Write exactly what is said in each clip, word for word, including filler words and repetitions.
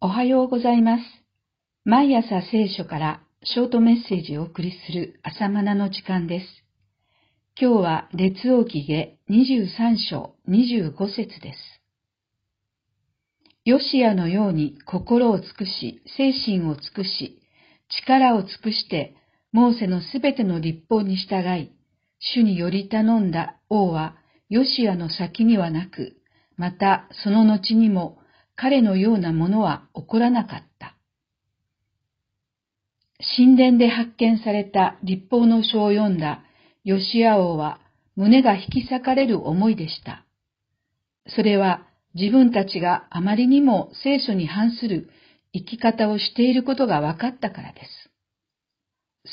おはようございます。毎朝聖書からショートメッセージをお送りする朝マナの時間です。今日は列王記下にじゅうさん章にじゅうご節です。ヨシアのように心を尽くし、精神を尽くし、力を尽くして、モーセのすべての律法に従い、主により頼んだ王はヨシアの先にはなく、またその後にも彼のようなものは起こらなかった。神殿で発見された律法の書を読んだヨシア王は胸が引き裂かれる思いでした。それは自分たちがあまりにも聖書に反する生き方をしていることが分かったからです。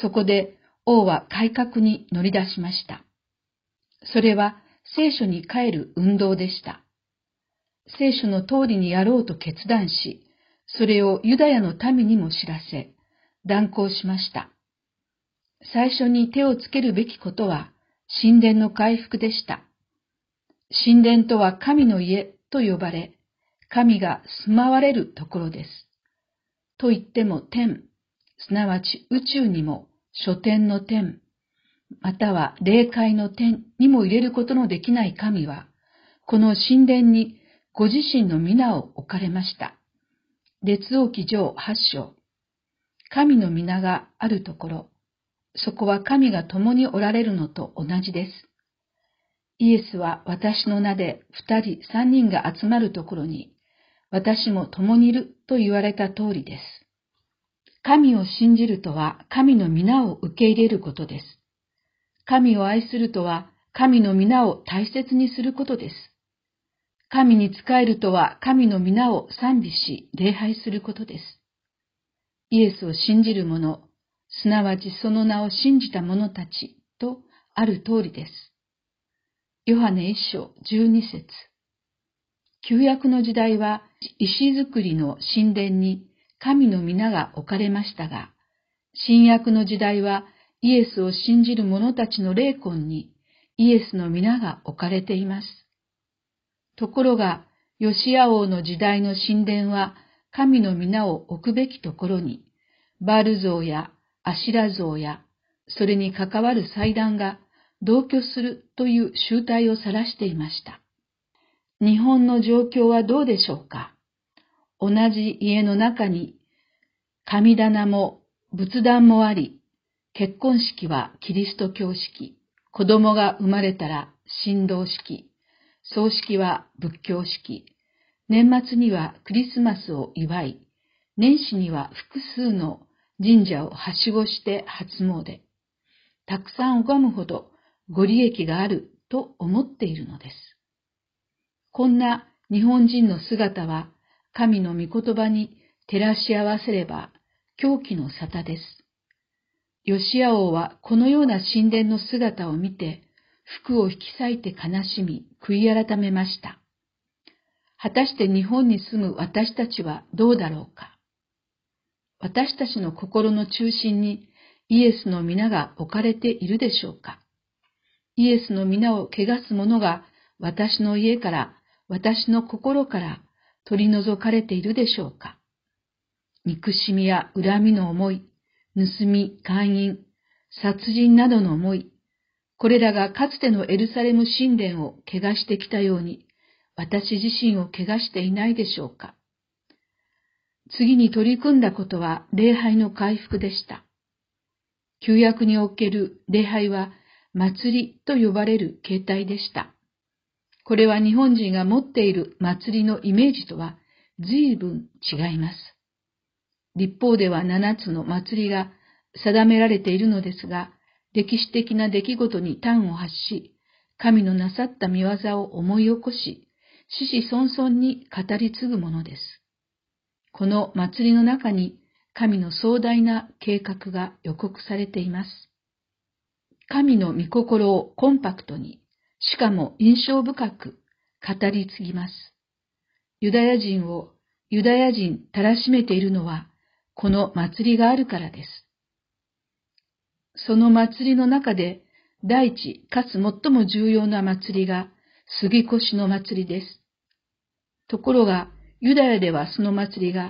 そこで王は改革に乗り出しました。それは聖書に帰る運動でした。聖書の通りにやろうと決断し、それをユダヤの民にも知らせ、断行しました。最初に手をつけるべきことは、神殿の回復でした。神殿とは神の家と呼ばれ、神が住まわれるところです。と言っても天、すなわち宇宙にも諸天の天、または霊界の天にも入れることのできない神は、この神殿にご自身の皆を置かれました。列王記上はち章。神の皆があるところ、そこは神が共におられるのと同じです。イエスは私の名で二人三人が集まるところに、私も共にいると言われた通りです。神を信じるとは神の皆を受け入れることです。神を愛するとは神の皆を大切にすることです。神に仕えるとは神の皆を賛美し礼拝することです。イエスを信じる者、すなわちその名を信じた者たちとある通りです。ヨハネ一章十二節。旧約の時代は石造りの神殿に神の皆が置かれましたが、新約の時代はイエスを信じる者たちの霊魂にイエスの皆が置かれています。ところが、ヨシア王の時代の神殿は神の皆を置くべきところに、バール像やアシラ像や、それに関わる祭壇が同居するという集体を晒していました。日本の状況はどうでしょうか。同じ家の中に神棚も仏壇もあり、結婚式はキリスト教式、子供が生まれたら神道式、葬式は仏教式、年末にはクリスマスを祝い、年始には複数の神社をはしごして初詣。たくさん拝むほどご利益があると思っているのです。こんな日本人の姿は神の御言葉に照らし合わせれば狂気の沙汰です。ヨシア王はこのような神殿の姿を見て、服を引き裂いて悲しみ、悔い改めました。果たして日本に住む私たちはどうだろうか。私たちの心の中心にイエスの皆が置かれているでしょうか。イエスの皆を汚す者が私の家から、私の心から取り除かれているでしょうか。憎しみや恨みの思い、盗み、姦淫、殺人などの思い、これらがかつてのエルサレム神殿を汚してきたように、私自身を汚していないでしょうか。次に取り組んだことは礼拝の回復でした。旧約における礼拝は祭りと呼ばれる形態でした。これは日本人が持っている祭りのイメージとは随分違います。律法では七つの祭りが定められているのですが、歴史的な出来事に端を発し、神のなさった御業を思い起こし、子々孫々に語り継ぐものです。この祭りの中に神の壮大な計画が予告されています。神の御心をコンパクトに、しかも印象深く語り継ぎます。ユダヤ人をユダヤ人たらしめているのは、この祭りがあるからです。その祭りの中で、第一かつ最も重要な祭りが、杉越の祭りです。ところが、ユダヤではその祭りが、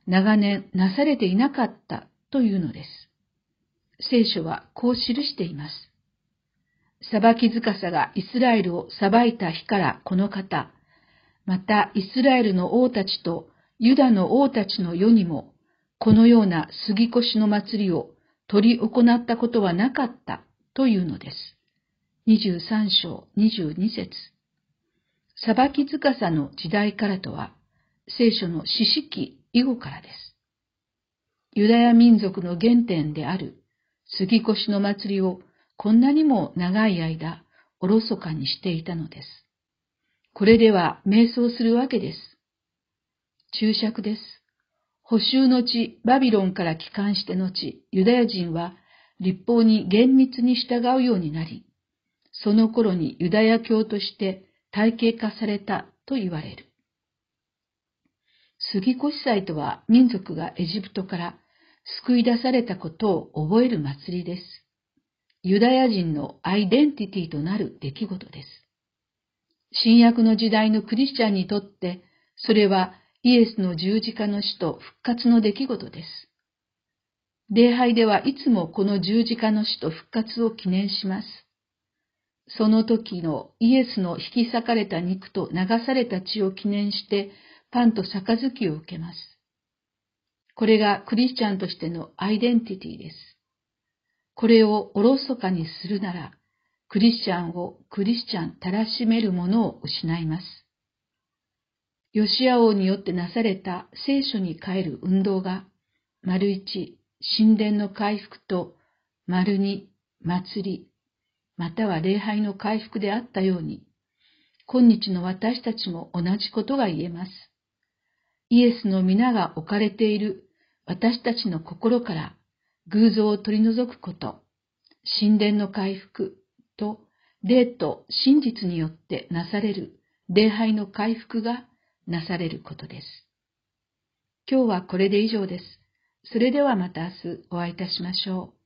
長年なされていなかったというのです。聖書はこう記しています。裁き司がイスラエルを裁いた日からこの方、またイスラエルの王たちとユダの王たちの世にも、このような杉越の祭りを取り行ったことはなかったというのです。にじゅうさん章にじゅうに節。裁き司の時代からとは、聖書の四式以後からです。ユダヤ民族の原点である杉越の祭りをこんなにも長い間おろそかにしていたのです。これでは迷走するわけです。注釈です。捕囚の地バビロンから帰還して後、ユダヤ人は律法に厳密に従うようになり、その頃にユダヤ教として体系化されたと言われる。杉越祭とは民族がエジプトから救い出されたことを覚える祭りです。ユダヤ人のアイデンティティとなる出来事です。新約の時代のクリスチャンにとって、それはイエスの十字架の死と復活の出来事です。礼拝ではいつもこの十字架の死と復活を記念します。その時のイエスの引き裂かれた肉と流された血を記念してパンと杯を受けます。これがクリスチャンとしてのアイデンティティです。これをおろそかにするなら、クリスチャンをクリスチャンたらしめるものを失います。ヨシア王によってなされた聖書に変える運動が、丸一、神殿の回復と、丸二、祭り、または礼拝の回復であったように、今日の私たちも同じことが言えます。イエスの皆が置かれている私たちの心から偶像を取り除くこと、神殿の回復と霊と真実によってなされる礼拝の回復がなされることです。今日はこれで以上です。それではまた明日お会いいたしましょう。